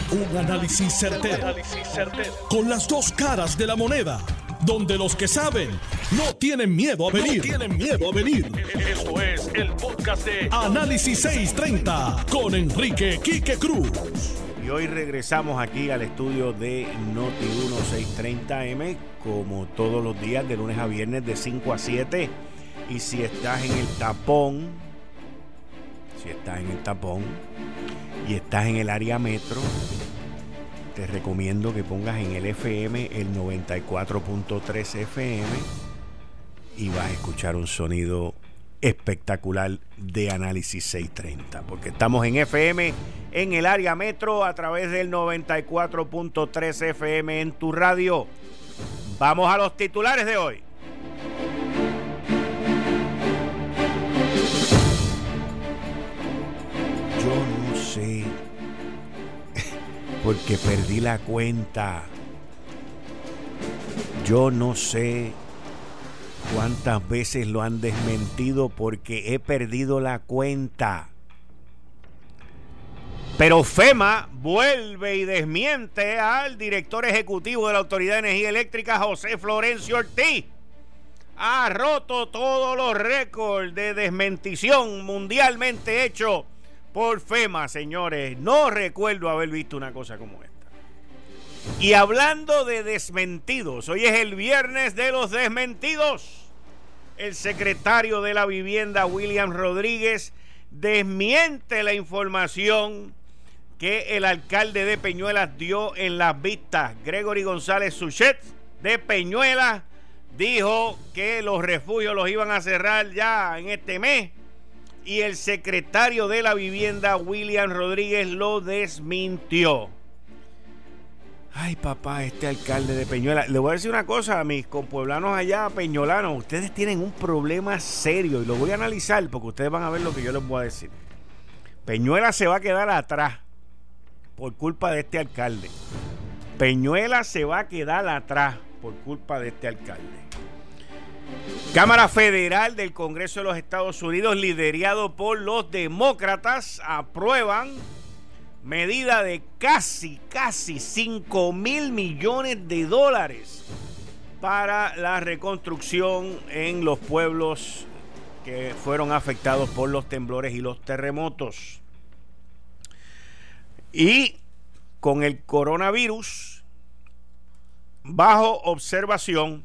Un análisis certero, con las dos caras de la moneda, donde los que saben no tienen miedo a venir. Esto es el podcast de Análisis 630 con Enrique Quique Cruz. Y hoy regresamos aquí al estudio de Noti1 630M, como todos los días, de lunes a viernes, de 5 a 7. Y si estás en el tapón, y estás en el área metro, te recomiendo que pongas en el FM el 94.3 FM y vas a escuchar un sonido espectacular de Análisis 630, porque estamos en FM en el área metro a través del 94.3 FM en tu radio. Vamos a los titulares de hoy. Yo no sé, porque perdí la cuenta. Yo no sé cuántas veces lo han desmentido, porque he perdido la cuenta. Pero FEMA vuelve y desmiente al director ejecutivo de la Autoridad de Energía Eléctrica, José Florencio Ortiz. Ha roto todos los récords de desmentición mundialmente hecho por FEMA, señores. No recuerdo haber visto una cosa como esta. Y hablando de desmentidos, hoy es el viernes de los desmentidos. El secretario de la Vivienda, William Rodríguez, desmiente la información que el alcalde de Peñuelas dio en las vistas. Gregory González Suchet, de Peñuelas, dijo que los refugios los iban a cerrar ya en este mes. Y el secretario de la Vivienda, William Rodríguez, lo desmintió. Ay, papá, este alcalde de Peñuelas. Le voy a decir una cosa a mis compueblanos allá, peñolanos. Ustedes tienen un problema serio y lo voy a analizar porque ustedes van a ver lo que yo les voy a decir. Peñuelas se va a quedar atrás por culpa de este alcalde. Peñuelas se va a quedar atrás por culpa de este alcalde. Cámara Federal del Congreso de los Estados Unidos, liderado por los demócratas, aprueban medida de casi 5,000 millones de dólares para la reconstrucción en los pueblos que fueron afectados por los temblores y los terremotos. Y con el coronavirus bajo observación,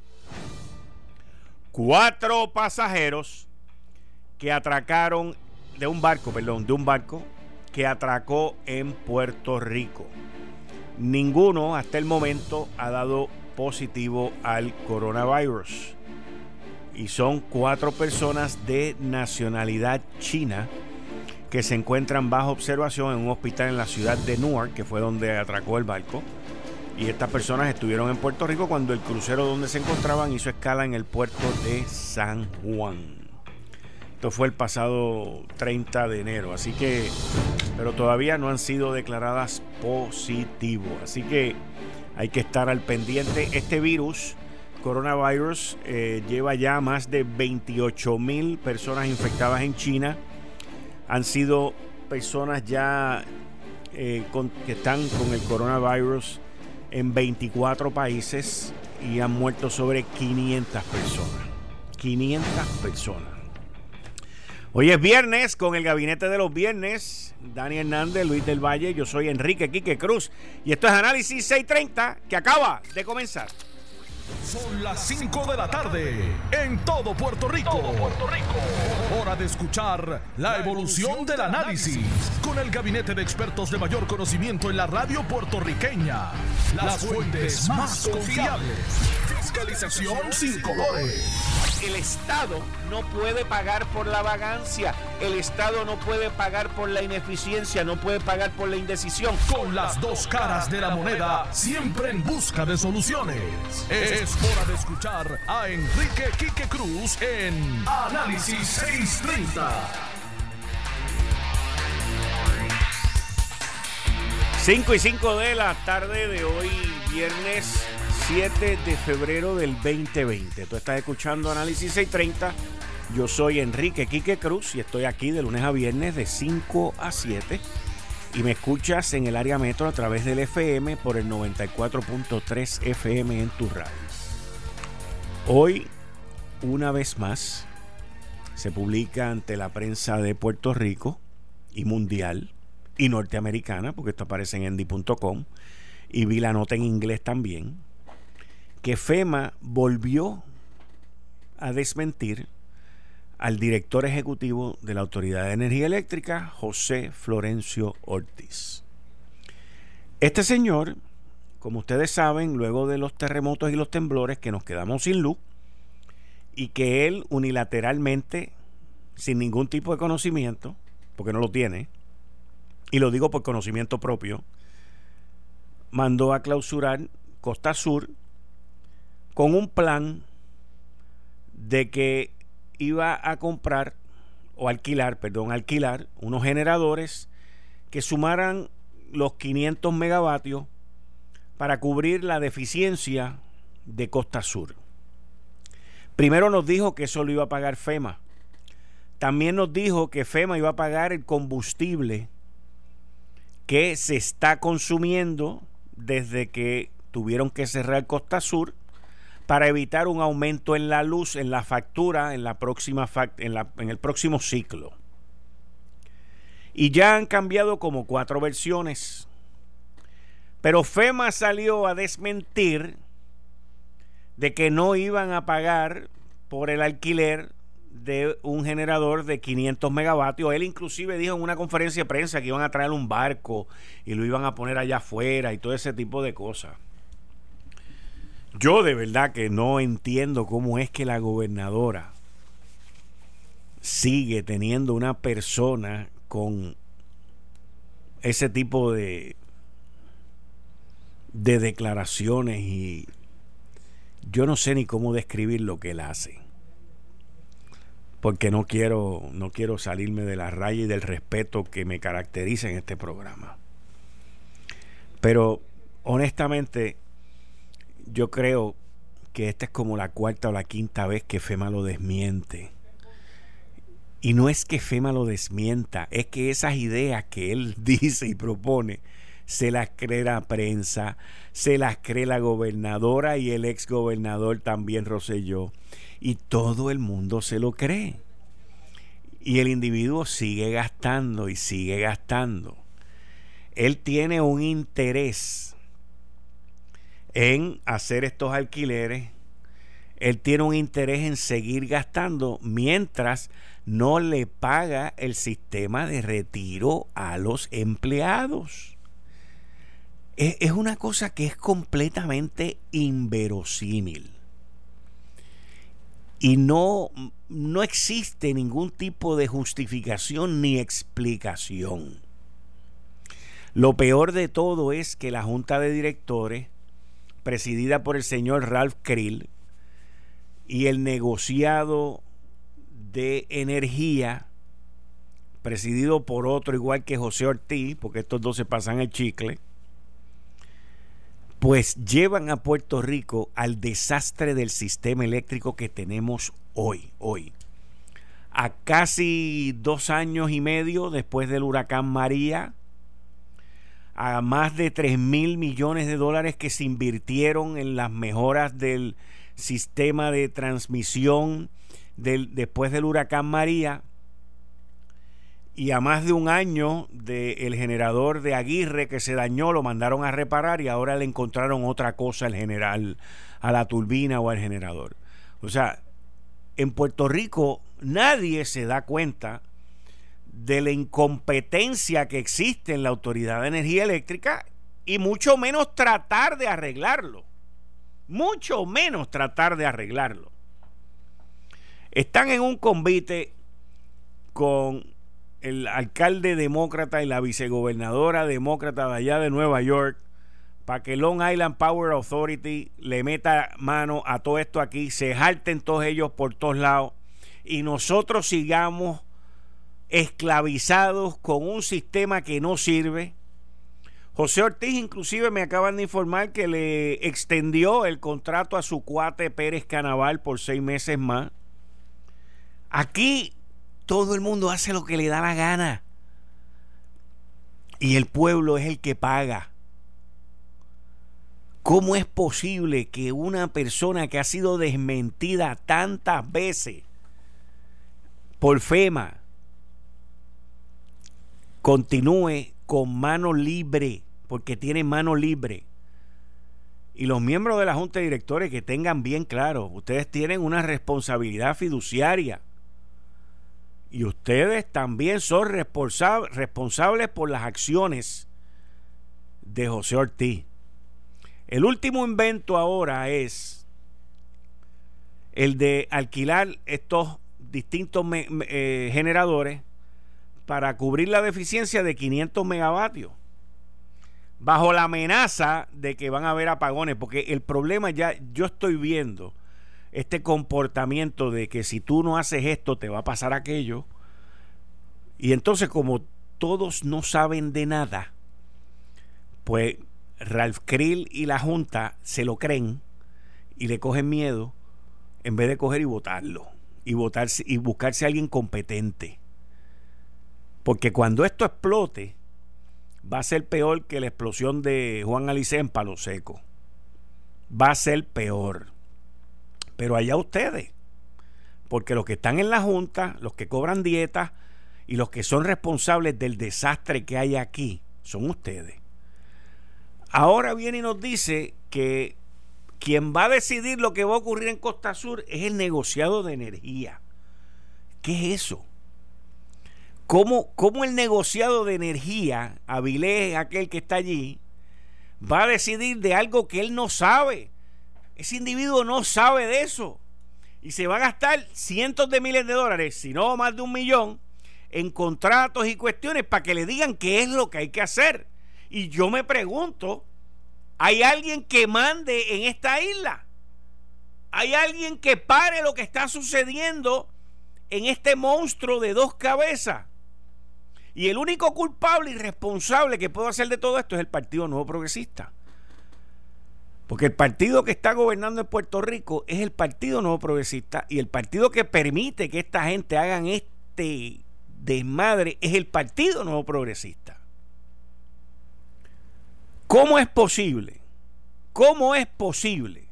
4 pasajeros que atracaron de un barco que atracó en Puerto Rico. Ninguno hasta el momento ha dado positivo al coronavirus. Y son 4 personas de nacionalidad china que se encuentran bajo observación en un hospital en la ciudad de Newark, que fue donde atracó el barco. Y estas personas estuvieron en Puerto Rico cuando el crucero donde se encontraban hizo escala en el puerto de San Juan. Esto fue el pasado 30 de enero, así que, pero todavía no han sido declaradas positivo. Así que hay que estar al pendiente. Este virus, coronavirus, lleva ya más de 28,000 personas infectadas en China. Han sido personas ya que están con el coronavirus en 24 países y han muerto sobre 500 personas. 500 personas. Hoy es viernes con el Gabinete de los Viernes. Dani Hernández, Luis del Valle, yo soy Enrique Quique Cruz y esto es Análisis 630 que acaba de comenzar. Son las 5 de la tarde en todo Puerto Rico. Hora de escuchar la evolución del análisis con el gabinete de expertos de mayor conocimiento en la radio puertorriqueña. Las fuentes más confiables. Fiscalización sin colores. El Estado no puede pagar por la vagancia, el Estado no puede pagar por la ineficiencia, no puede pagar por la indecisión. Con las dos caras de la moneda, siempre en busca de soluciones. Es hora de escuchar a Enrique Quique Cruz en Análisis 630. 5:05 de la tarde de hoy, viernes 7 de febrero del 2020. Tú estás escuchando Análisis 630. Yo soy Enrique Quique Cruz y estoy aquí de lunes a viernes de 5 a 7. y me escuchas en el área metro a través del FM por el 94.3 FM en tu radio. Hoy, una vez más, se publica ante la prensa de Puerto Rico y mundial y norteamericana, porque esto aparece en endy.com, y vi la nota en inglés también, que FEMA volvió a desmentir al director ejecutivo de la Autoridad de Energía Eléctrica, José Florencio Ortiz. Este señor, como ustedes saben, luego de los terremotos y los temblores, que nos quedamos sin luz, y que él unilateralmente, sin ningún tipo de conocimiento, porque no lo tiene, y lo digo por conocimiento propio, mandó a clausurar Costa Sur con un plan de que iba a alquilar unos generadores que sumaran los 500 megavatios para cubrir la deficiencia de Costa Sur. Primero nos dijo que eso lo iba a pagar FEMA. También nos dijo que FEMA iba a pagar el combustible que se está consumiendo desde que tuvieron que cerrar Costa Sur para evitar un aumento en la luz, en la factura, en el próximo ciclo. Y ya han cambiado como 4 versiones. Pero FEMA salió a desmentir de que no iban a pagar por el alquiler de un generador de 500 megavatios. Él inclusive dijo en una conferencia de prensa que iban a traer un barco y lo iban a poner allá afuera y todo ese tipo de cosas. Yo de verdad que no entiendo cómo es que la gobernadora sigue teniendo una persona con ese tipo de declaraciones, y yo no sé ni cómo describir lo que él hace, porque no quiero salirme de la raya y del respeto que me caracteriza en este programa. Pero honestamente, yo creo que esta es como la 4ª o la 5ª vez que FEMA lo desmiente. Y no es que FEMA lo desmienta, es que esas ideas que él dice y propone se las cree la prensa, se las cree la gobernadora y el ex gobernador también, Rosselló, y todo el mundo se lo cree. Y el individuo sigue gastando y sigue gastando. Él tiene un interés en hacer estos alquileres. Él tiene un interés en seguir gastando mientras no le paga el sistema de retiro a los empleados. Es una cosa que es completamente inverosímil. Y no existe ningún tipo de justificación ni explicación. Lo peor de todo es que la Junta de Directores, presidida por el señor Ralph Krill, y el negociado de energía, presidido por otro igual que José Ortiz, porque estos dos se pasan el chicle, pues llevan a Puerto Rico al desastre del sistema eléctrico que tenemos hoy. A casi 2 años y medio después del huracán María, a más de $3,000 millones que se invirtieron en las mejoras del sistema de transmisión después del huracán María, y a más de 1 año del generador de Aguirre que se dañó, lo mandaron a reparar y ahora le encontraron otra cosa al general, a la turbina o al generador. O sea, en Puerto Rico nadie se da cuenta de la incompetencia que existe en la Autoridad de Energía Eléctrica, y mucho menos tratar de arreglarlo. Están en un convite con el alcalde demócrata y la vicegobernadora demócrata de allá de Nueva York para que Long Island Power Authority le meta mano a todo esto aquí, se jalten todos ellos por todos lados y nosotros sigamos esclavizados con un sistema que no sirve. José Ortiz inclusive me acaban de informar que le extendió el contrato a su cuate Pérez Canaval por 6 meses más. Aquí todo el mundo hace lo que le da la gana. Y el pueblo es el que paga. ¿Cómo es posible que una persona que ha sido desmentida tantas veces por FEMA continúe con mano libre? Porque tiene mano libre. Y los miembros de la Junta de Directores, que tengan bien claro, ustedes tienen una responsabilidad fiduciaria. Y ustedes también son responsables por las acciones de José Ortiz. El último invento ahora es el de alquilar estos distintos generadores para cubrir la deficiencia de 500 megavatios, bajo la amenaza de que van a haber apagones, porque el problema ya, yo estoy viendo este comportamiento de que si tú no haces esto te va a pasar aquello, y entonces como todos no saben de nada, pues Ralph Krill y la Junta se lo creen y le cogen miedo en vez de coger y votarlo y buscarse a alguien competente, porque cuando esto explote va a ser peor que la explosión de Juan Alicea en Palo Seco. Va a ser peor. Pero allá ustedes, porque los que están en la Junta, los que cobran dietas y los que son responsables del desastre que hay aquí son ustedes. Ahora viene y nos dice que quien va a decidir lo que va a ocurrir en Costa Sur es el negociado de energía. ¿Qué es eso? ¿Cómo el negociado de energía, Avilés, aquel que está allí, va a decidir de algo que él no sabe? Ese individuo no sabe de eso. Y se va a gastar cientos de miles de dólares, si no más de 1 millón, en contratos y cuestiones para que le digan qué es lo que hay que hacer. Y yo me pregunto, ¿hay alguien que mande en esta isla? ¿Hay alguien que pare lo que está sucediendo en este monstruo de 2 cabezas? Y el único culpable y responsable que puede hacer de todo esto es el Partido Nuevo Progresista. Porque el partido que está gobernando en Puerto Rico es el Partido Nuevo Progresista, y el partido que permite que esta gente hagan este desmadre es el Partido Nuevo Progresista. ¿Cómo es posible? ¿Cómo es posible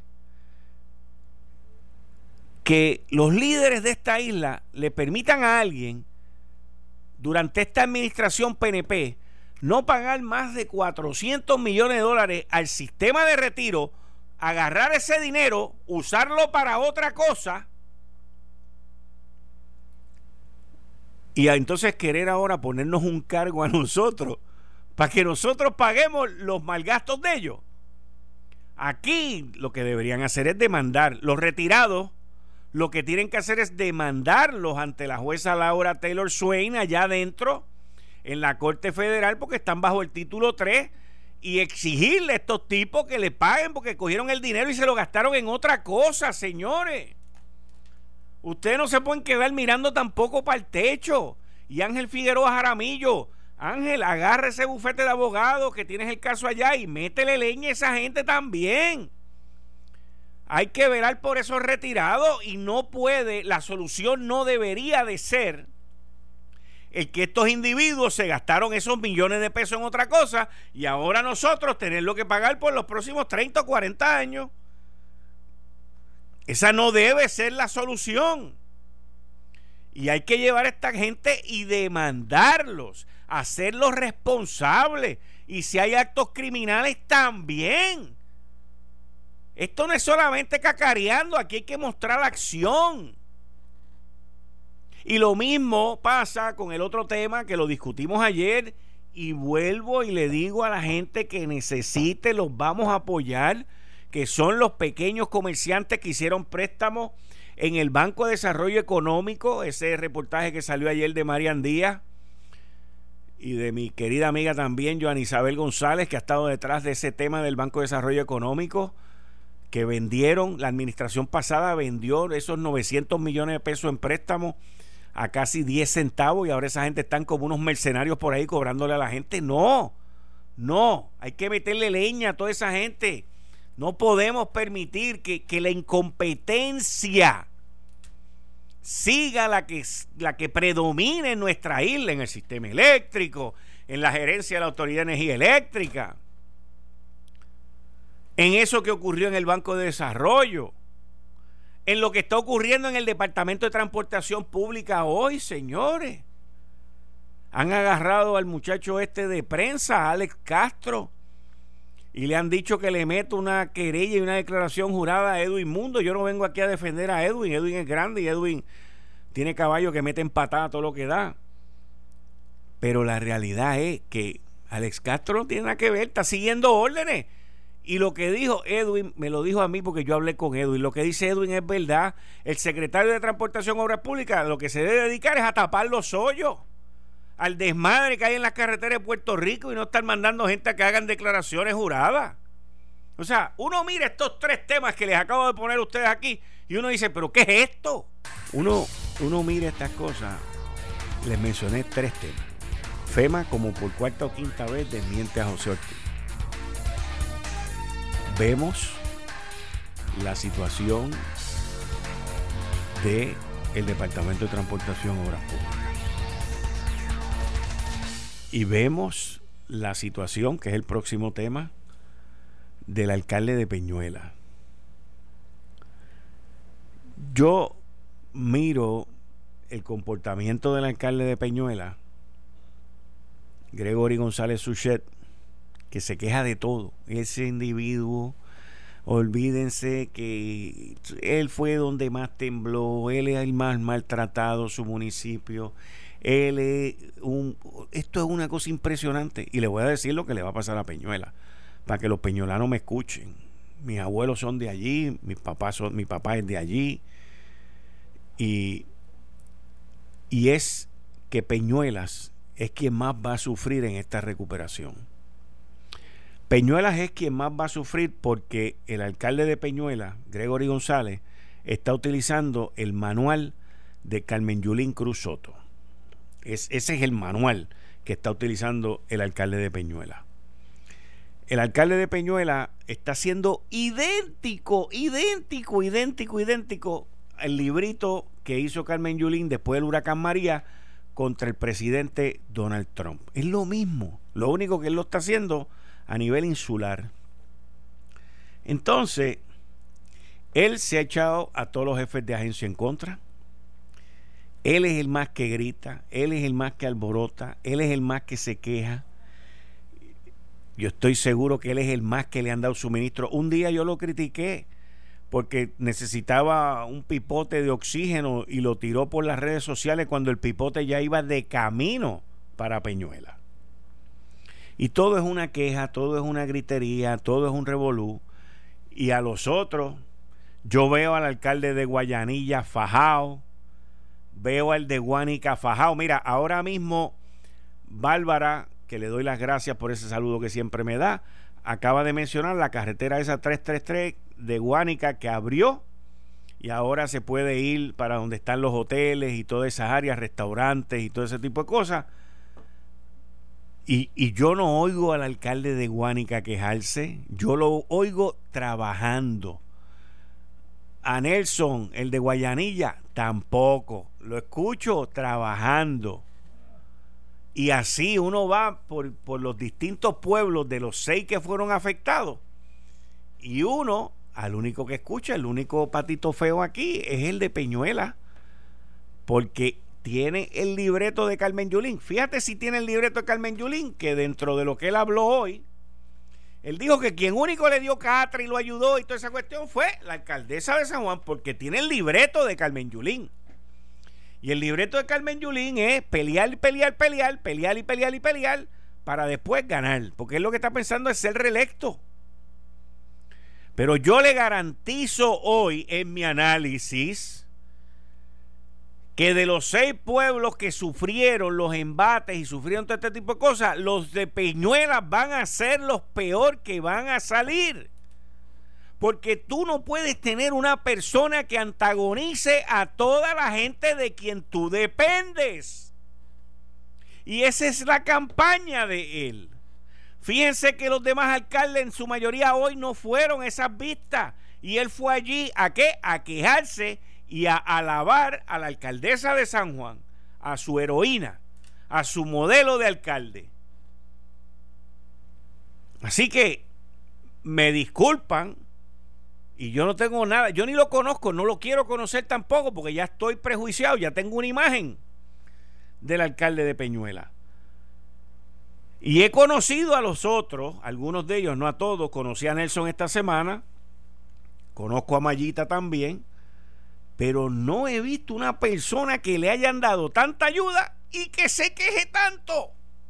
que los líderes de esta isla le permitan a alguien durante esta administración PNP no pagar más de 400 millones de dólares al sistema de retiro, agarrar ese dinero, usarlo para otra cosa, y entonces querer ahora ponernos un cargo a nosotros para que nosotros paguemos los malgastos de ellos? Aquí lo que deberían hacer es demandar. Los retirados lo que tienen que hacer es demandarlos ante la jueza Laura Taylor Swain allá adentro en la Corte Federal, porque están bajo el título 3, y exigirle a estos tipos que le paguen porque cogieron el dinero y se lo gastaron en otra cosa, señores. Ustedes no se pueden quedar mirando tampoco para el techo. Y Ángel Figueroa Jaramillo, Ángel, agarra ese bufete de abogados que tienes el caso allá y métele leña a esa gente también. Hay que velar por esos retirados, y no puede, la solución no debería de ser el que estos individuos se gastaron esos millones de pesos en otra cosa y ahora nosotros tenerlo que pagar por los próximos 30 o 40 años. Esa no debe ser la solución. Y hay que llevar a esta gente y demandarlos, hacerlos responsables, y si hay actos criminales también. Esto no es solamente cacareando, aquí hay que mostrar acción. Y lo mismo pasa con el otro tema que lo discutimos ayer, y vuelvo y le digo a la gente que necesite, los vamos a apoyar, que son los pequeños comerciantes que hicieron préstamos en el Banco de Desarrollo Económico. Ese reportaje que salió ayer de Marian Díaz y de mi querida amiga también Joan Isabel González, que ha estado detrás de ese tema del Banco de Desarrollo Económico, que vendieron, la administración pasada vendió esos 900 millones de pesos en préstamos a casi 10 centavos, y ahora esa gente están como unos mercenarios por ahí cobrándole a la gente. No, hay que meterle leña a toda esa gente. No podemos permitir que la incompetencia siga la que predomina en nuestra isla, en el sistema eléctrico, en la gerencia de la Autoridad de Energía Eléctrica, en eso que ocurrió en el Banco de Desarrollo, en lo que está ocurriendo en el Departamento de Transportación Pública hoy, señores. Han agarrado al muchacho este de prensa, Alex Castro, y le han dicho que le meto una querella y una declaración jurada a Edwin Mundo. Yo no vengo aquí a defender a Edwin. Edwin es grande y Edwin tiene caballo que mete en patada todo lo que da. Pero la realidad es que Alex Castro no tiene nada que ver, está siguiendo órdenes. Y lo que dijo Edwin, me lo dijo a mí porque yo hablé con Edwin. Lo que dice Edwin es verdad. El secretario de Transportación y Obras Públicas lo que se debe dedicar es a tapar los hoyos, al desmadre que hay en las carreteras de Puerto Rico, y no estar mandando gente a que hagan declaraciones juradas. O sea, uno mira estos tres temas que les acabo de poner a ustedes aquí y uno dice, ¿pero qué es esto? Uno mira estas cosas. Les mencioné tres temas. FEMA, como por cuarta o quinta vez, desmiente a José Ortiz. Vemos la situación del Departamento de Transportación y Obras Públicas. Y vemos la situación, que es el próximo tema, del alcalde de Peñuela. Yo miro el comportamiento del alcalde de Peñuela, Gregory González Suchet, que se queja de todo. Ese individuo, olvídense que él fue donde más tembló, él es el más maltratado, su municipio. Esto es una cosa impresionante, y le voy a decir lo que le va a pasar a Peñuela para que los peñolanos me escuchen. Mis abuelos son de allí, mi papá es de allí, y es que Peñuelas es quien más va a sufrir en esta recuperación. Peñuelas es quien más va a sufrir porque el alcalde de Peñuelas, Gregory González, está utilizando el manual de Carmen Yulín Cruz Soto. Ese es el manual que está utilizando el alcalde de Peñuela. El alcalde de Peñuela está haciendo idéntico al librito que hizo Carmen Yulín después del huracán María contra el presidente Donald Trump. Es lo mismo, lo único que él lo está haciendo a nivel insular. Entonces, él se ha echado a todos los jefes de agencia en contra. Él es el más que grita, él es el más que alborota, él es el más que se queja. Yo estoy seguro que él es el más que le han dado suministro. Un día yo lo critiqué porque necesitaba un pipote de oxígeno y lo tiró por las redes sociales cuando el pipote ya iba de camino para Peñuela. Y todo es una queja, todo es una gritería, todo es un revolú. Y a los otros, yo veo al alcalde de Guayanilla fajao, veo al de Guánica fajao. Mira, ahora mismo Bárbara, que le doy las gracias por ese saludo que siempre me da, acaba de mencionar la carretera esa 333 de Guánica que abrió y ahora se puede ir para donde están los hoteles y todas esas áreas, restaurantes y todo ese tipo de cosas. Y yo no oigo al alcalde de Guánica quejarse, yo lo oigo trabajando. A Nelson, el de Guayanilla, tampoco. Lo escucho trabajando. Y así uno va por los distintos pueblos de los 6 que fueron afectados. Y uno, al único que escucha, el único patito feo aquí, es el de Peñuela. Porque tiene el libreto de Carmen Yulín. Fíjate si tiene el libreto de Carmen Yulín, que dentro de lo que él habló hoy, él dijo que quien único le dio catra y lo ayudó y toda esa cuestión fue la alcaldesa de San Juan, porque tiene el libreto de Carmen Yulín. Y el libreto de Carmen Yulín es pelear para después ganar, porque él lo que está pensando es ser reelecto. Pero yo le garantizo hoy en mi análisis que de los 6 pueblos que sufrieron los embates y sufrieron todo este tipo de cosas, los de Peñuela van a ser los peor que van a salir. Porque tú no puedes tener una persona que antagonice a toda la gente de quien tú dependes. Y esa es la campaña de él. Fíjense que los demás alcaldes en su mayoría hoy no fueron a esas vistas. Y él fue allí ¿a qué? A quejarse y a alabar a la alcaldesa de San Juan, a su heroína, a su modelo de alcalde. Así que me disculpan, y yo no tengo nada, yo ni lo conozco, no lo quiero conocer tampoco, porque ya estoy prejuiciado, ya tengo una imagen del alcalde de Peñuelas. Y he conocido a los otros, algunos de ellos, no a todos. Conocí a Nelson esta semana, conozco a Mayita también, pero no he visto una persona que le hayan dado tanta ayuda y que se queje tanto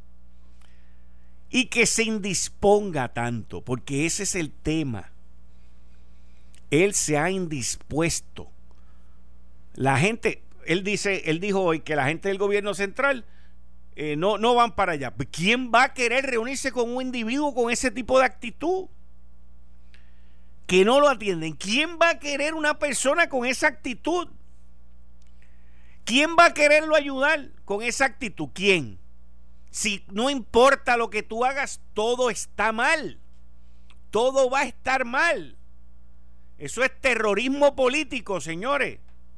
y que se indisponga tanto, porque ese es el tema. Él se ha indispuesto. La gente, él dijo hoy que la gente del gobierno central no van para allá. ¿Quién va a querer reunirse con un individuo con ese tipo de actitud? Que no lo atienden. ¿Quién va a querer una persona con esa actitud? ¿Quién va a quererlo ayudar con esa actitud? ¿Quién? Si no importa lo que tú hagas, todo está mal. Todo va a estar mal. Eso es terrorismo político, señores.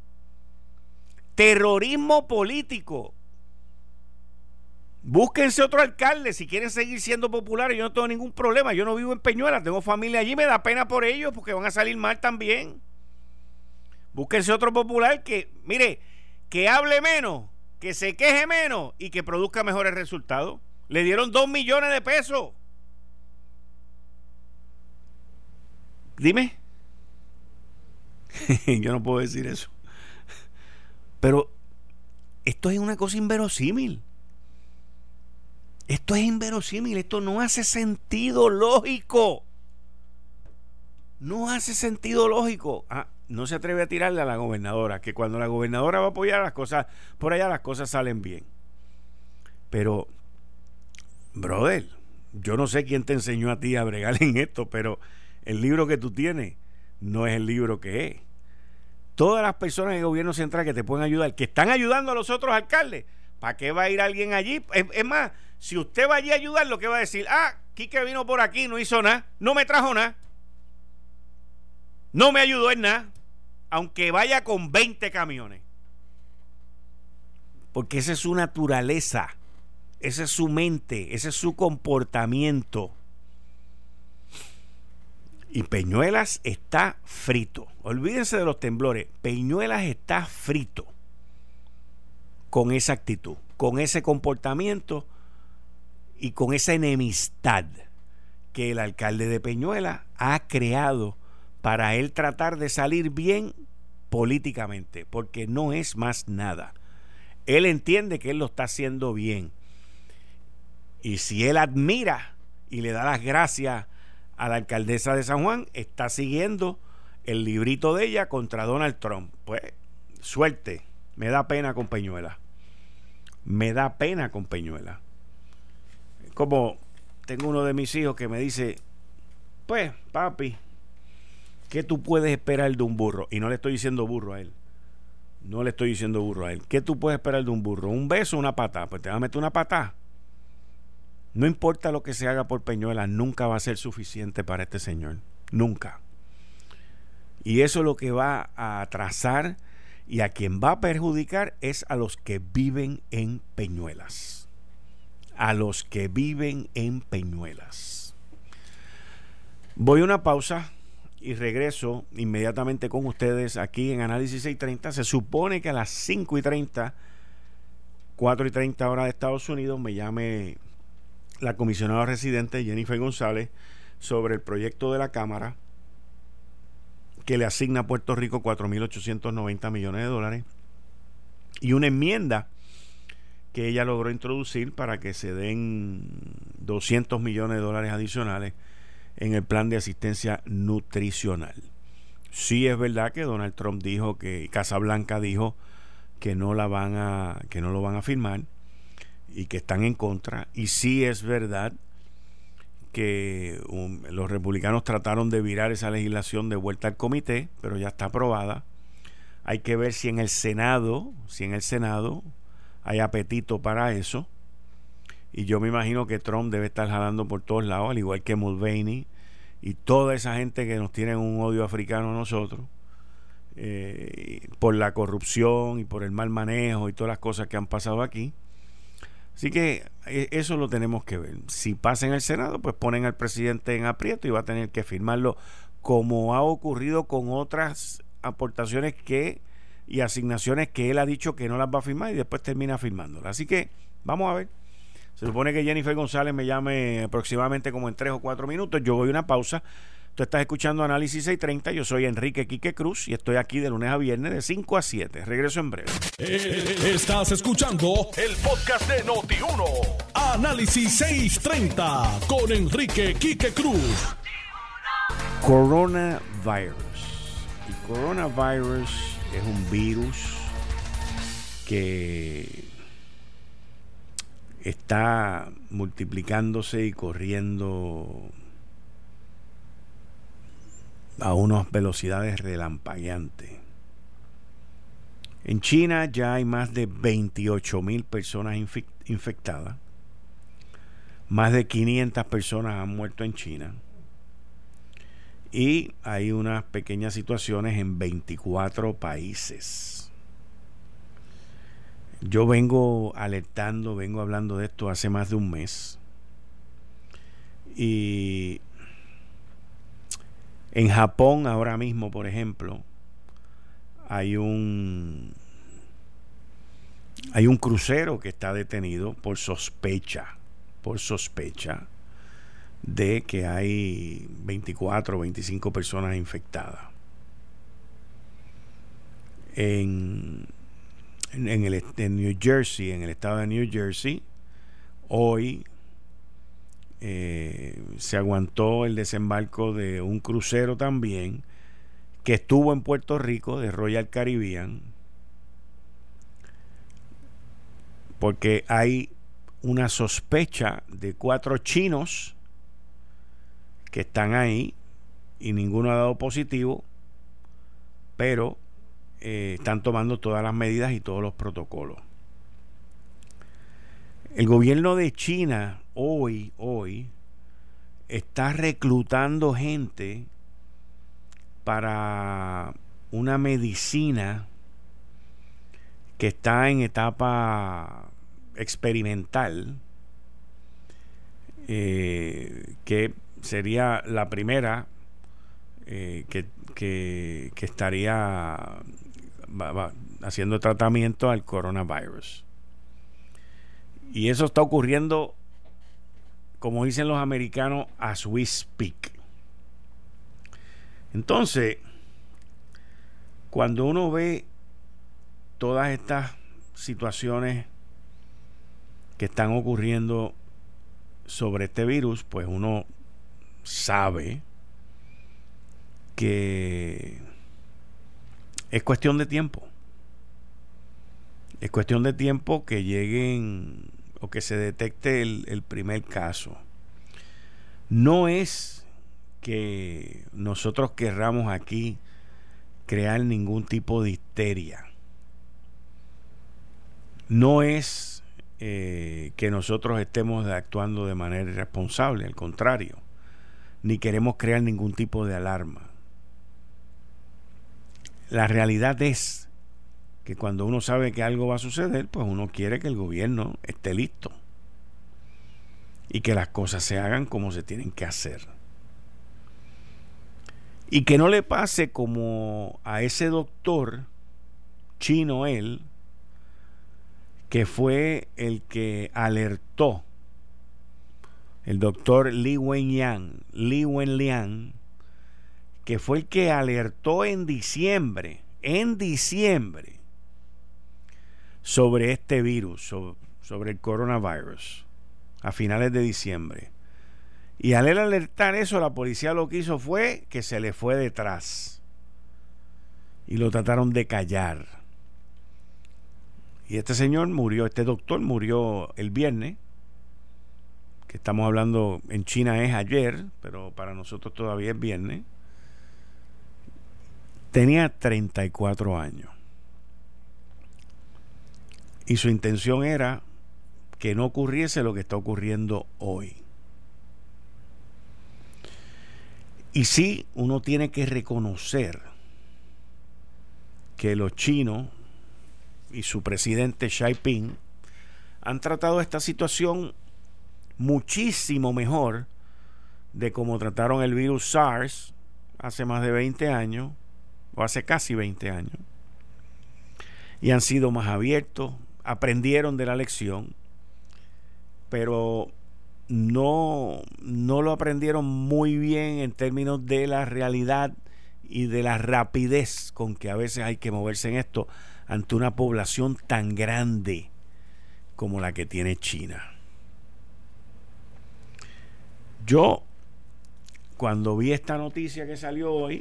Terrorismo político. Búsquense otro alcalde si quieren seguir siendo populares. Yo no tengo ningún problema. Yo no vivo en Peñuelas, tengo familia allí. Me da pena por ellos porque van a salir mal también. Búsquense otro popular que, mire, que hable menos, que se queje menos y que produzca mejores resultados. Le dieron 2 millones de pesos. Dime. Yo no puedo decir eso. Pero esto es una cosa inverosímil. Esto es inverosímil, esto no hace sentido lógico. No hace sentido lógico. No se atreve a tirarle a la gobernadora, que cuando la gobernadora va a apoyar las cosas, por allá las cosas salen bien. Pero, brother, yo no sé quién te enseñó a ti a bregar en esto, pero el libro que tú tienes no es el libro que es. Todas las personas del gobierno central que te pueden ayudar, que están ayudando a los otros alcaldes, ¿para qué va a ir alguien allí? Es más, si usted va allí a ayudar, lo que va a decir, Quique vino por aquí, no hizo nada, no me trajo nada, no me ayudó en nada, aunque vaya con 20 camiones. Porque esa es su naturaleza, esa es su mente, ese es su comportamiento. Y Peñuelas está frito. Olvídense de los temblores. Peñuelas está frito con esa actitud, con ese comportamiento y con esa enemistad que el alcalde de Peñuelas ha creado para él tratar de salir bien políticamente, porque no es más nada. Él entiende que él lo está haciendo bien. Y si él admira y le da las gracias a la alcaldesa de San Juan, está siguiendo el librito de ella contra Donald Trump. Pues, suerte. Me da pena con Peñuelas. Me da pena con Peñuelas. Como tengo uno de mis hijos que me dice, pues, papi, ¿qué tú puedes esperar de un burro? Y no le estoy diciendo burro a él. No le estoy diciendo burro a él. ¿Qué tú puedes esperar de un burro? ¿Un beso o una patada? Pues te va a meter una patada. No importa lo que se haga por Peñuelas, nunca va a ser suficiente para este señor. Nunca. Y eso lo que va a atrasar y a quien va a perjudicar es a los que viven en Peñuelas. A los que viven en Peñuelas. Voy a una pausa y regreso inmediatamente con ustedes aquí en Análisis 630. Se supone que a las 5:30, 4:30 hora de Estados Unidos, me llame la comisionada residente Jennifer González sobre el proyecto de la Cámara que le asigna a Puerto Rico 4.890 millones de dólares y una enmienda que ella logró introducir para que se den 200 millones de dólares adicionales en el plan de asistencia nutricional. Sí es verdad que Donald Trump dijo que Casa Blanca dijo que no lo van a firmar y que están en contra, y sí es verdad que los republicanos trataron de virar esa legislación de vuelta al comité, pero ya está aprobada. Hay que ver si en el Senado hay apetito para eso, y yo me imagino que Trump debe estar jalando por todos lados, al igual que Mulvaney y toda esa gente que nos tienen un odio africano a nosotros, por la corrupción y por el mal manejo y todas las cosas que han pasado aquí. Así que eso lo tenemos que ver. Si pasa en el Senado, pues ponen al presidente en aprieto y va a tener que firmarlo, como ha ocurrido con otras aportaciones y asignaciones que él ha dicho que no las va a firmar y después termina firmándolas. Así que vamos a ver. Se supone que Jennifer González me llame aproximadamente como en 3 o 4 minutos. Yo voy a una pausa. Tú estás escuchando Análisis 630. Yo soy Enrique Quique Cruz y estoy aquí de lunes a viernes de 5 a 7. Regreso en breve. Estás escuchando el podcast de Noti1. Análisis 630 con Enrique Quique Cruz. Coronavirus. El coronavirus es un virus que está multiplicándose y corriendo a unas velocidades relampagueantes. En China ya hay más de 28,000 personas infectadas. Más de 500 personas han muerto en China. Y hay unas pequeñas situaciones en 24 países. Yo vengo hablando de esto hace más de un mes. Y en Japón ahora mismo, por ejemplo, hay un crucero que está detenido por sospecha de que hay 24 o 25 personas infectadas. En New Jersey, en el estado de New Jersey, hoy se aguantó el desembarco de un crucero también que estuvo en Puerto Rico, de Royal Caribbean, porque hay una sospecha de 4 chinos que están ahí y ninguno ha dado positivo, pero están tomando todas las medidas y todos los protocolos. El gobierno de China hoy está reclutando gente para una medicina que está en etapa experimental, que sería la primera que estaría haciendo tratamiento al coronavirus. Y eso está ocurriendo, como dicen los americanos, as we speak. Entonces, cuando uno ve todas estas situaciones que están ocurriendo sobre este virus, pues uno sabe que es cuestión de tiempo. Es cuestión de tiempo que lleguen o que se detecte el primer caso. No es que nosotros querramos aquí crear ningún tipo de histeria. No es que nosotros estemos actuando de manera irresponsable, al contrario, ni queremos crear ningún tipo de alarma. La realidad es que cuando uno sabe que algo va a suceder, pues uno quiere que el gobierno esté listo y que las cosas se hagan como se tienen que hacer. Y que no le pase como a ese doctor chino, que fue el que alertó, el doctor Li Wenliang, que fue el que alertó en diciembre, sobre este virus, sobre el coronavirus, a finales de diciembre. Y al él alertar eso, la policía lo que hizo fue que se le fue detrás y lo trataron de callar. Y este señor murió, este doctor murió el viernes, que estamos hablando en China es ayer, pero para nosotros todavía es viernes. Tenía 34 años. Y su intención era que no ocurriese lo que está ocurriendo hoy. Y sí, uno tiene que reconocer que los chinos y su presidente Xi Jinping han tratado esta situación muchísimo mejor de cómo trataron el virus SARS hace más de 20 años, o hace casi 20 años, y han sido más abiertos, aprendieron de la lección, pero no lo aprendieron muy bien en términos de la realidad y de la rapidez con que a veces hay que moverse en esto ante una población tan grande como la que tiene China. Yo, cuando vi esta noticia que salió hoy,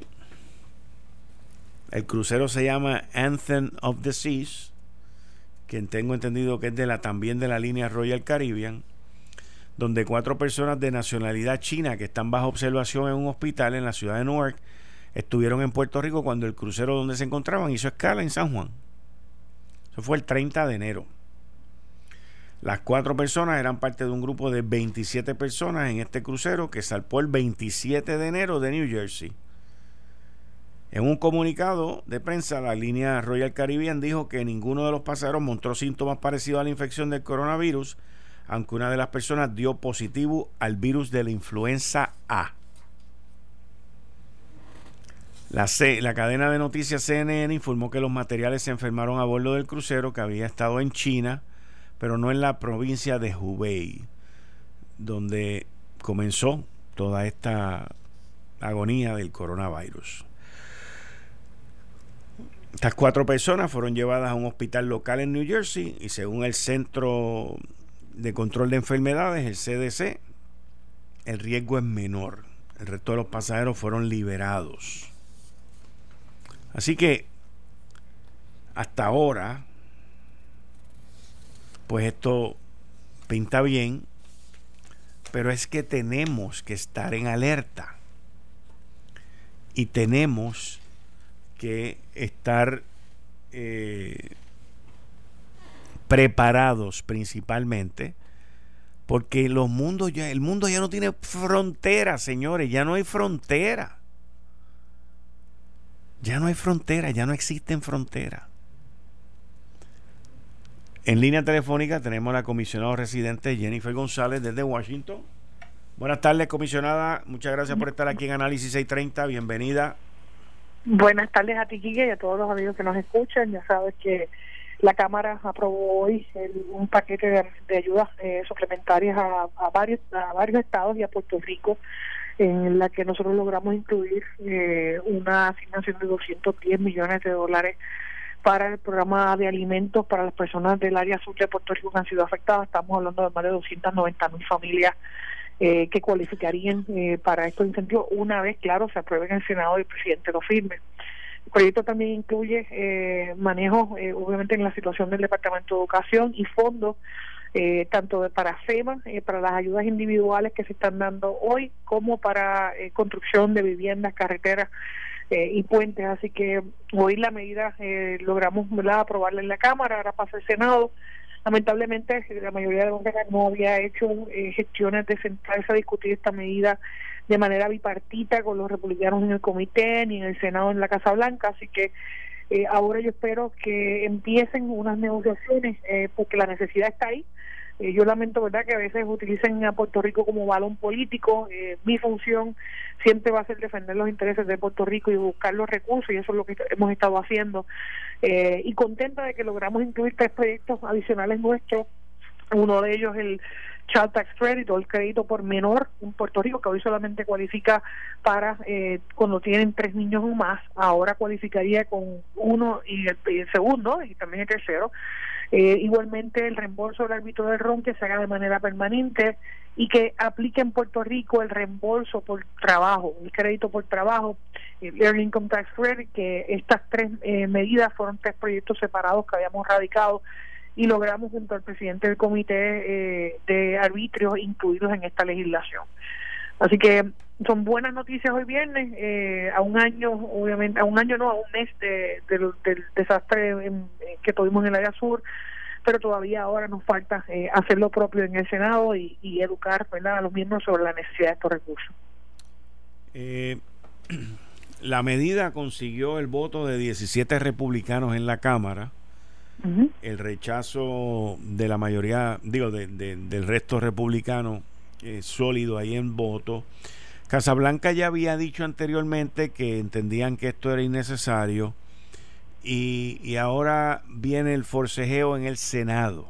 el crucero se llama Anthem of the Seas, que tengo entendido que es también de la línea Royal Caribbean, donde 4 personas de nacionalidad china que están bajo observación en un hospital en la ciudad de Newark estuvieron en Puerto Rico cuando el crucero donde se encontraban hizo escala en San Juan. Eso fue el 30 de enero. Las 4 personas eran parte de un grupo de 27 personas en este crucero que zarpó el 27 de enero de New Jersey. En un comunicado de prensa, la línea Royal Caribbean dijo que ninguno de los pasajeros mostró síntomas parecidos a la infección del coronavirus, aunque una de las personas dio positivo al virus de la influenza A. La cadena de noticias CNN informó que los materiales se enfermaron a bordo del crucero que había estado en China, pero no en la provincia de Hubei, donde comenzó toda esta agonía del coronavirus. Estas 4 personas fueron llevadas a un hospital local en New Jersey y según el Centro de Control de Enfermedades, el CDC, el riesgo es menor. El resto de los pasajeros fueron liberados. Así que hasta ahora, pues esto pinta bien, pero es que tenemos que estar en alerta y tenemos que estar preparados principalmente, porque el mundo ya no tiene frontera, señores, ya no hay frontera. Ya no hay frontera, ya no existen fronteras. En línea telefónica tenemos a la comisionada residente Jennifer González desde Washington. Buenas tardes, comisionada. Muchas gracias por estar aquí en Análisis 630. Bienvenida. Buenas tardes a ti, Quique, y a todos los amigos que nos escuchan. Ya sabes que la Cámara aprobó hoy un paquete de ayudas suplementarias a varios estados y a Puerto Rico, en la que nosotros logramos incluir una asignación de $210 millones para el programa de alimentos para las personas del área sur de Puerto Rico que han sido afectadas. Estamos hablando de más de 290,000 familias que cualificarían para estos incentivos una vez, claro, se apruebe en el Senado y el presidente lo firme. El proyecto también incluye manejo, obviamente, en la situación del Departamento de Educación y fondos tanto para FEMA, para las ayudas individuales que se están dando hoy, como para construcción de viviendas, carreteras y puentes. Así que hoy la medida logramos, ¿verdad?, aprobarla en la Cámara, ahora pasa al Senado. Lamentablemente la mayoría de demócratas no había hecho gestiones de sentarse a discutir esta medida de manera bipartita con los republicanos en el comité ni en el Senado en la Casa Blanca, así que ahora yo espero que empiecen unas negociaciones porque la necesidad está ahí. Yo lamento, verdad, que a veces utilicen a Puerto Rico como balón político. Mi función siempre va a ser defender los intereses de Puerto Rico y buscar los recursos, y eso es lo que hemos estado haciendo. Y contenta de que logramos incluir 3 proyectos adicionales nuestros. Uno de ellos el Child Tax Credit, o el crédito por menor en Puerto Rico, que hoy solamente cualifica para cuando tienen 3 niños o más. Ahora cualificaría con uno y el segundo, y también el tercero. Igualmente el reembolso del árbitro del RON, que se haga de manera permanente y que aplique en Puerto Rico el reembolso por trabajo, el crédito por trabajo, el Earned Income Tax Credit, que estas 3 medidas fueron 3 proyectos separados que habíamos radicado y logramos junto al presidente del comité de arbitrios incluirlos en esta legislación. Así que son buenas noticias hoy viernes, a un año, obviamente, a un mes del desastre que tuvimos en el área sur, pero todavía ahora nos falta hacer lo propio en el Senado y educar, ¿verdad?, a los miembros sobre la necesidad de estos recursos. La medida consiguió el voto de 17 republicanos en la Cámara. el rechazo de la mayoría, digo, del resto republicano sólido ahí en voto. Casablanca ya había dicho anteriormente que entendían que esto era innecesario y ahora viene el forcejeo en el Senado.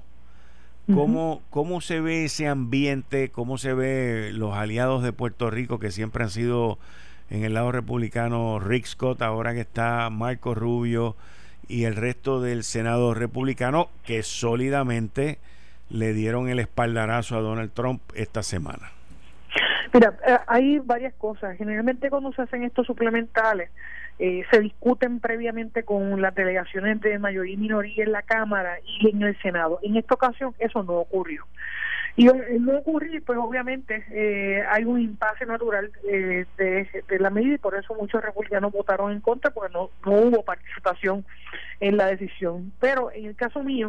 ¿Cómo se ve ese ambiente? ¿Cómo se ve los aliados de Puerto Rico que siempre han sido en el lado republicano? Rick Scott, ahora que está Marco Rubio, y el resto del Senado republicano, que sólidamente le dieron el espaldarazo a Donald Trump esta semana. Mira, hay varias cosas. Generalmente cuando se hacen estos suplementales, se discuten previamente con las delegaciones de mayoría y minoría en la Cámara y en el Senado. En esta ocasión eso no ocurrió. Y no ocurrir, pues obviamente hay un impasse natural de la medida, y por eso muchos republicanos votaron en contra, porque no hubo participación en la decisión. Pero en el caso mío,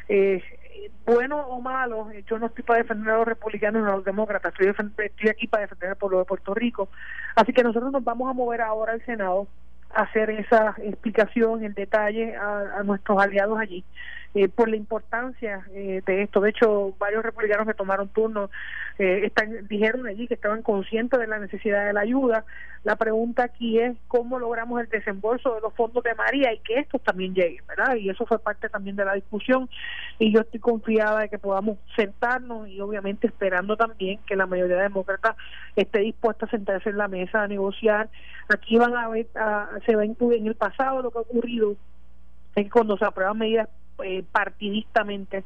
bueno o malo, yo no estoy para defender a los republicanos ni a los demócratas, estoy aquí para defender al pueblo de Puerto Rico. Así que nosotros nos vamos a mover ahora al Senado a hacer esa explicación en detalle a nuestros aliados allí, por la importancia de esto. De hecho, varios republicanos que tomaron turno dijeron allí que estaban conscientes de la necesidad de la ayuda. La pregunta aquí es cómo logramos el desembolso de los fondos de María y que estos también lleguen, ¿verdad? Y eso fue parte también de la discusión, y yo estoy confiada de que podamos sentarnos, y obviamente esperando también que la mayoría demócrata esté dispuesta a sentarse en la mesa a negociar. Aquí se va a incluir en el pasado lo que ha ocurrido es que cuando se aprueban medidas partidistamente,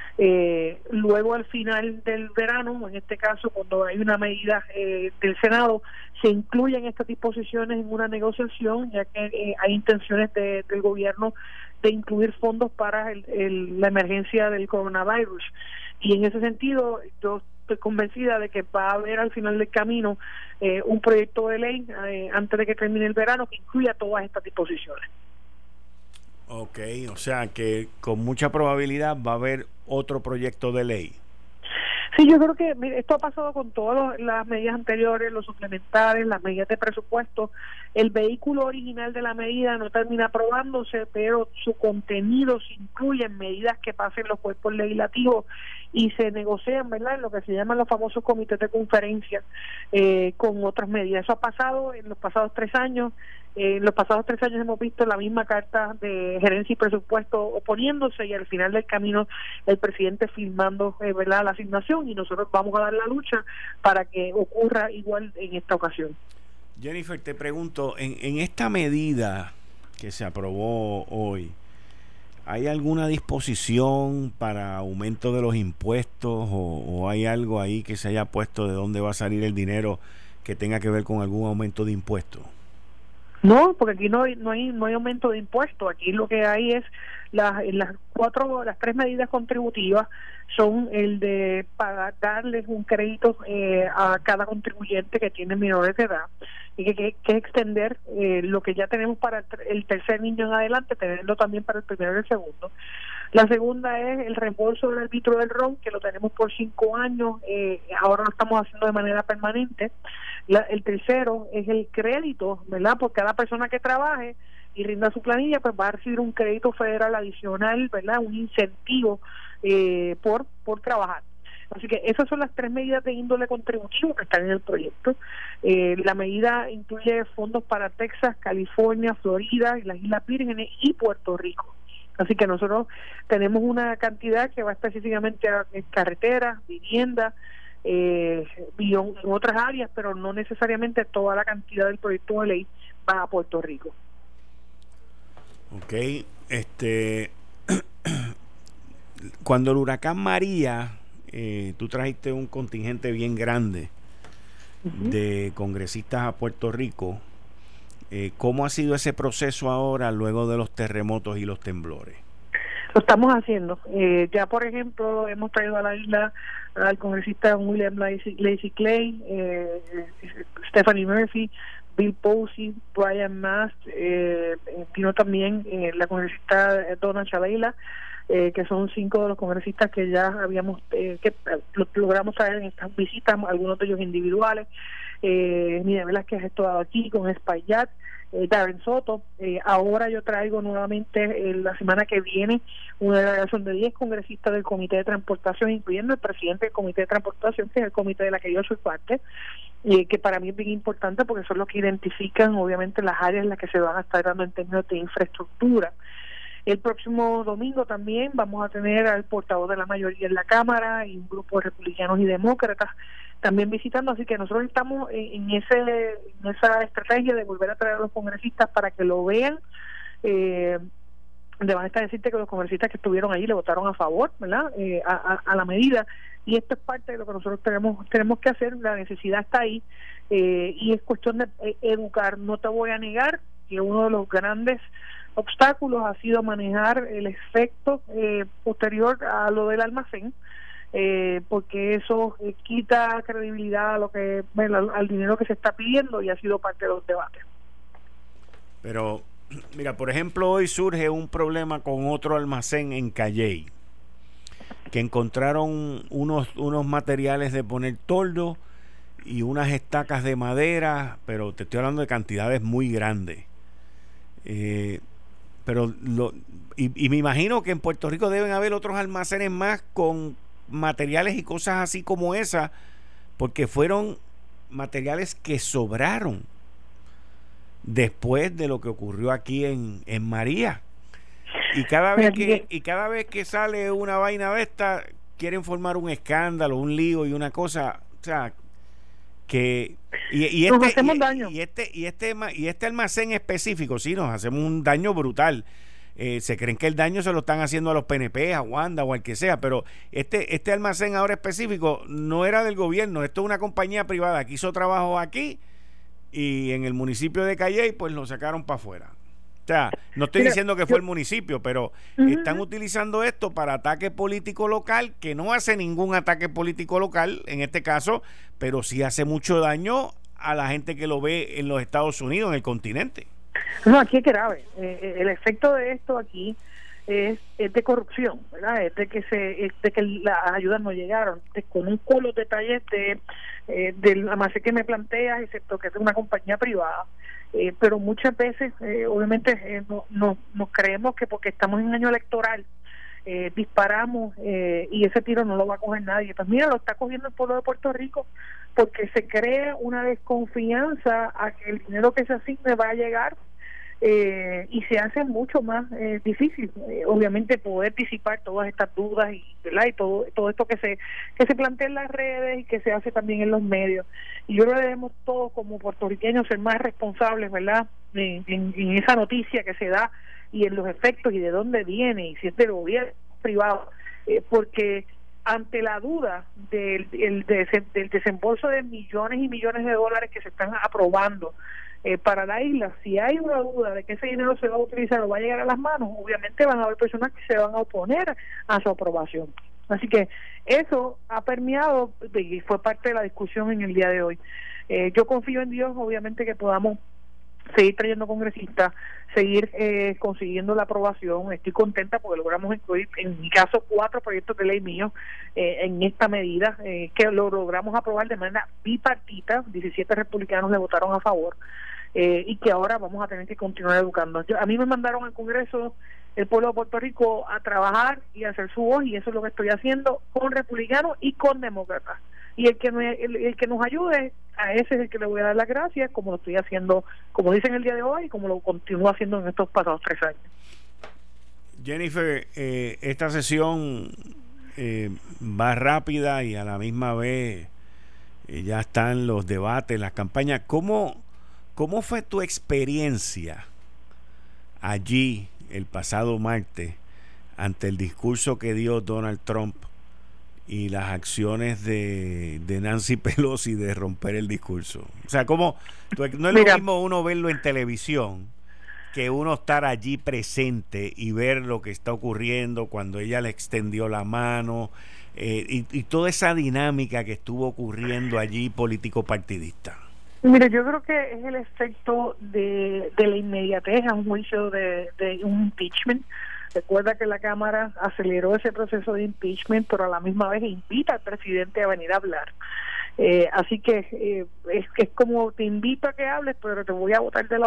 luego al final del verano, en este caso cuando hay una medida del Senado, se incluyen estas disposiciones en una negociación, ya que hay intenciones del gobierno de incluir fondos para la emergencia del coronavirus, y en ese sentido yo estoy convencida de que va a haber al final del camino un proyecto de ley antes de que termine el verano que incluya todas estas disposiciones. Ok, o sea que con mucha probabilidad va a haber otro proyecto de ley. Sí, yo creo que esto ha pasado con todas las medidas anteriores, los suplementales, las medidas de presupuesto. El vehículo original de la medida no termina aprobándose, pero su contenido se incluye en medidas que pasen los cuerpos legislativos y se negocian, ¿verdad?, en lo que se llaman los famosos comités de conferencia con otras medidas. Eso ha pasado en los pasados 3 años. En los pasados 3 años hemos visto la misma carta de gerencia y presupuesto oponiéndose, y al final del camino el presidente firmando ¿verdad?, la asignación, y nosotros vamos a dar la lucha para que ocurra igual en esta ocasión. Jennifer, te pregunto, en esta medida que se aprobó hoy, ¿hay alguna disposición para aumento de los impuestos o hay algo ahí que se haya puesto de dónde va a salir el dinero que tenga que ver con algún aumento de impuestos? No, porque aquí no hay aumento de impuestos. Aquí lo que hay es las 3 medidas contributivas son el de darles un crédito a cada contribuyente que tiene menores de edad, y que extender lo que ya tenemos para el tercer niño en adelante, tenerlo también para el primero y el segundo. La segunda es el reembolso del arbitrio del ron, que lo tenemos por 5 años, ahora lo estamos haciendo de manera permanente. El tercero es el crédito, ¿verdad? Por cada persona que trabaje y rinda su planilla, pues va a recibir un crédito federal adicional, ¿verdad? Un incentivo por trabajar. Así que esas son las 3 medidas de índole contributivo que están en el proyecto. La medida incluye fondos para Texas, California, Florida, las Islas Vírgenes y Puerto Rico. Así que nosotros tenemos una cantidad que va específicamente a carreteras, vivienda, y en otras áreas, pero no necesariamente toda la cantidad del proyecto de ley va a Puerto Rico. Ok, cuando el huracán María, tú trajiste un contingente bien grande de congresistas a Puerto Rico. ¿Cómo ha sido ese proceso ahora luego de los terremotos y los temblores? Lo estamos haciendo. Ya, por ejemplo, hemos traído a la isla al congresista William Lacy Clay, Stephanie Murphy, Bill Posey, Brian Mast, vino también la congresista Donna Shalala, que son 5 de los congresistas que ya habíamos logramos traer en estas visitas, algunos de ellos individuales. Miguel Velázquez ha estado aquí con Espaillat, Darren Soto. Ahora yo traigo nuevamente la semana que viene una delegación de 10 congresistas del Comité de Transportación, incluyendo el presidente del Comité de Transportación, que es el comité de la que yo soy parte, que para mí es bien importante porque son los que identifican obviamente las áreas en las que se van a estar dando en términos de infraestructura. El próximo domingo también vamos a tener al portavoz de la mayoría en la Cámara y un grupo de republicanos y demócratas también visitando, así que nosotros estamos en esa estrategia de volver a traer a los congresistas para que lo vean. Además está decirte que los congresistas que estuvieron ahí le votaron a favor, ¿verdad? A la medida, y esto es parte de lo que nosotros tenemos que hacer. La necesidad está ahí, y es cuestión de educar. No te voy a negar que uno de los grandes obstáculos ha sido manejar el efecto posterior a lo del almacén, porque eso quita credibilidad a lo que al dinero que se está pidiendo, y ha sido parte de los debates. Pero mira, por ejemplo, hoy surge un problema con otro almacén en Calley, que encontraron unos materiales de poner toldo y unas estacas de madera, pero te estoy hablando de cantidades muy grandes. Pero me imagino que en Puerto Rico deben haber otros almacenes más con materiales y cosas así como esa, porque fueron materiales que sobraron después de lo que ocurrió aquí en María. Y cada vez que sale una vaina de esta, quieren formar un escándalo, un lío y una cosa, o sea, que este almacén específico, sí, nos hacemos un daño brutal. Se creen que el daño se lo están haciendo a los PNP, a Wanda o al que sea, pero este almacén ahora específico no era del gobierno, esto es una compañía privada que hizo trabajo aquí, y en el municipio de Calley pues lo sacaron para afuera. O sea, no estoy diciendo que fue el municipio, pero están utilizando esto para ataque político local, que no hace ningún ataque político local en este caso, pero sí hace mucho daño a la gente que lo ve en los Estados Unidos, en el continente. No, aquí es grave. El efecto de esto aquí es de corrupción, ¿verdad? Es de que las ayudas no llegaron, con un culo de detalles del almacén que me planteas, excepto que es de una compañía privada. Pero muchas veces, obviamente, nos creemos que porque estamos en un año electoral disparamos, y ese tiro no lo va a coger nadie. Pues mira, lo está cogiendo el pueblo de Puerto Rico, porque se crea una desconfianza a que el dinero que se asigne va a llegar, y se hace mucho más difícil, obviamente, poder disipar todas estas dudas ¿verdad? Y todo esto que se plantea en las redes y que se hace también en los medios. Y yo creo que debemos todos como puertorriqueños ser más responsables, ¿verdad? En esa noticia que se da y en los efectos y de dónde viene y si es del gobierno privado, porque ante la duda del desembolso de millones y millones de dólares que se están aprobando para la isla, si hay una duda de que ese dinero se va a utilizar o va a llegar a las manos, obviamente van a haber personas que se van a oponer a su aprobación. Así que eso ha permeado y fue parte de la discusión en el día de hoy. Yo confío en Dios, obviamente, que podamos seguir trayendo congresistas, seguir consiguiendo la aprobación. Estoy contenta porque logramos incluir, en mi caso, 4 proyectos de ley míos en esta medida, que lo logramos aprobar de manera bipartita. 17 republicanos le votaron a favor, y que ahora vamos a tener que continuar educando. A mí me mandaron al Congreso el pueblo de Puerto Rico a trabajar y a hacer su voz, y eso es lo que estoy haciendo con republicanos y con demócratas. Y el que nos ayude, a ese es el que le voy a dar las gracias, como lo estoy haciendo, como dicen el día de hoy, y como lo continúo haciendo en estos pasados 3 años. Jennifer, esta sesión va rápida y a la misma vez ya están los debates, las campañas. ¿Cómo fue tu experiencia allí el pasado martes ante el discurso que dio Donald Trump y las acciones de Nancy Pelosi de romper el discurso? O sea, no es lo mismo uno verlo en televisión que uno estar allí presente y ver lo que está ocurriendo cuando ella le extendió la mano, y toda esa dinámica que estuvo ocurriendo allí político-partidista. Mire, yo creo que es el efecto de la inmediatez a un juicio de un impeachment. Recuerda que la Cámara aceleró ese proceso de impeachment, pero a la misma vez invita al presidente a venir a hablar. Así que es como te invito a que hables, pero te voy a botar de la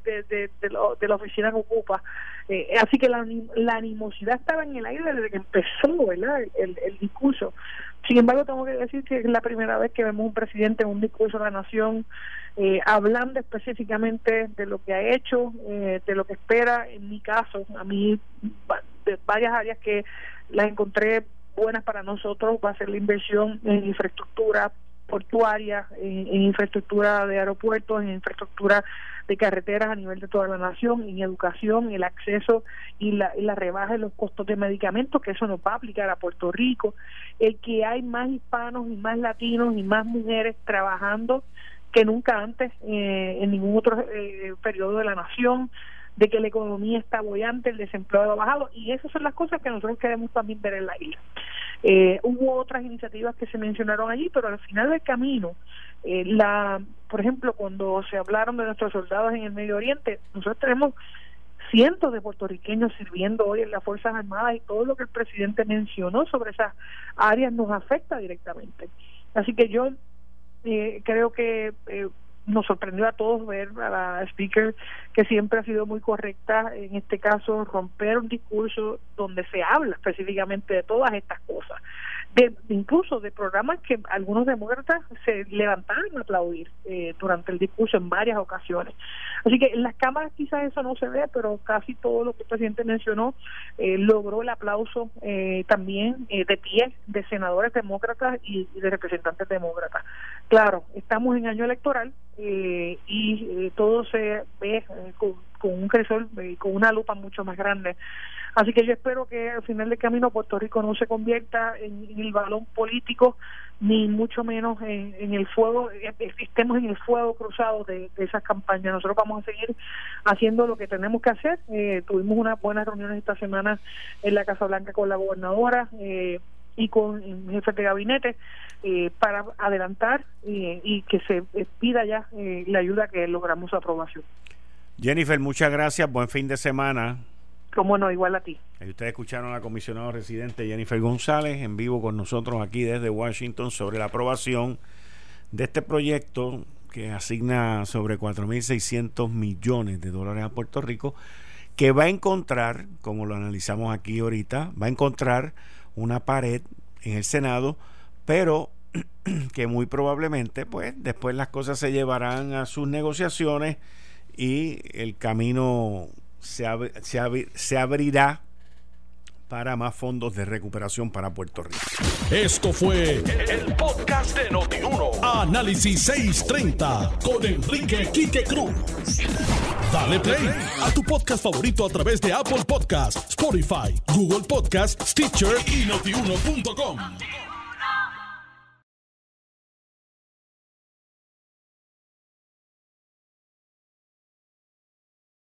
oficina que ocupa. Así que la animosidad estaba en el aire desde que empezó, ¿verdad?, el discurso. Sin embargo, tengo que decir que es la primera vez que vemos un presidente en un discurso de la nación hablando específicamente de lo que ha hecho, de lo que espera. En mi caso, a mí, de varias áreas que las encontré buenas para nosotros, va a ser la inversión en infraestructura portuaria, en infraestructura de aeropuertos, en infraestructura de carreteras a nivel de toda la nación, en educación, el acceso y la rebaja de los costos de medicamentos, que eso nos va a aplicar a Puerto Rico, el que hay más hispanos y más latinos y más mujeres trabajando que nunca antes en ningún otro periodo de la nación, de que la economía está bollante, el desempleo ha bajado, y esas son las cosas que nosotros queremos también ver en la isla. Hubo otras iniciativas que se mencionaron allí, pero al final del camino, por ejemplo, cuando se hablaron de nuestros soldados en el Medio Oriente, nosotros tenemos cientos de puertorriqueños sirviendo hoy en las Fuerzas Armadas, y todo lo que el presidente mencionó sobre esas áreas nos afecta directamente. Así que yo creo que nos sorprendió a todos ver a la speaker, que siempre ha sido muy correcta, en este caso romper un discurso donde se habla específicamente de todas estas cosas, incluso de programas que algunos demócratas se levantaron a aplaudir durante el discurso en varias ocasiones. Así que en las cámaras quizás eso no se ve, pero casi todo lo que el presidente mencionó logró el aplauso también de pie de senadores demócratas y de representantes demócratas. Claro, estamos en año electoral y todo se ve con un crisol, con una lupa mucho más grande. Así que yo espero que al final del camino Puerto Rico no se convierta en el balón político, ni mucho menos en el fuego, estemos en el fuego cruzado de esas campañas. Nosotros vamos a seguir haciendo lo que tenemos que hacer. Tuvimos unas buenas reuniones esta semana en la Casa Blanca con la gobernadora y con el jefe de gabinete para adelantar y que se pida ya la ayuda que logramos su aprobación. Jennifer, muchas gracias, buen fin de semana. Cómo no, igual a ti. Y ustedes escucharon a la comisionada residente Jennifer González en vivo con nosotros aquí desde Washington sobre la aprobación de este proyecto que asigna sobre 4.600 millones de dólares a Puerto Rico, que va a encontrar, como lo analizamos aquí ahorita, va a encontrar una pared en el Senado, pero que muy probablemente pues después las cosas se llevarán a sus negociaciones y el camino se abrirá para más fondos de recuperación para Puerto Rico. Esto fue el podcast de Noti1. Análisis 630 con Enrique Quique Cruz. Dale play a tu podcast favorito a través de Apple Podcasts, Spotify, Google Podcasts, Stitcher y Noti1.com.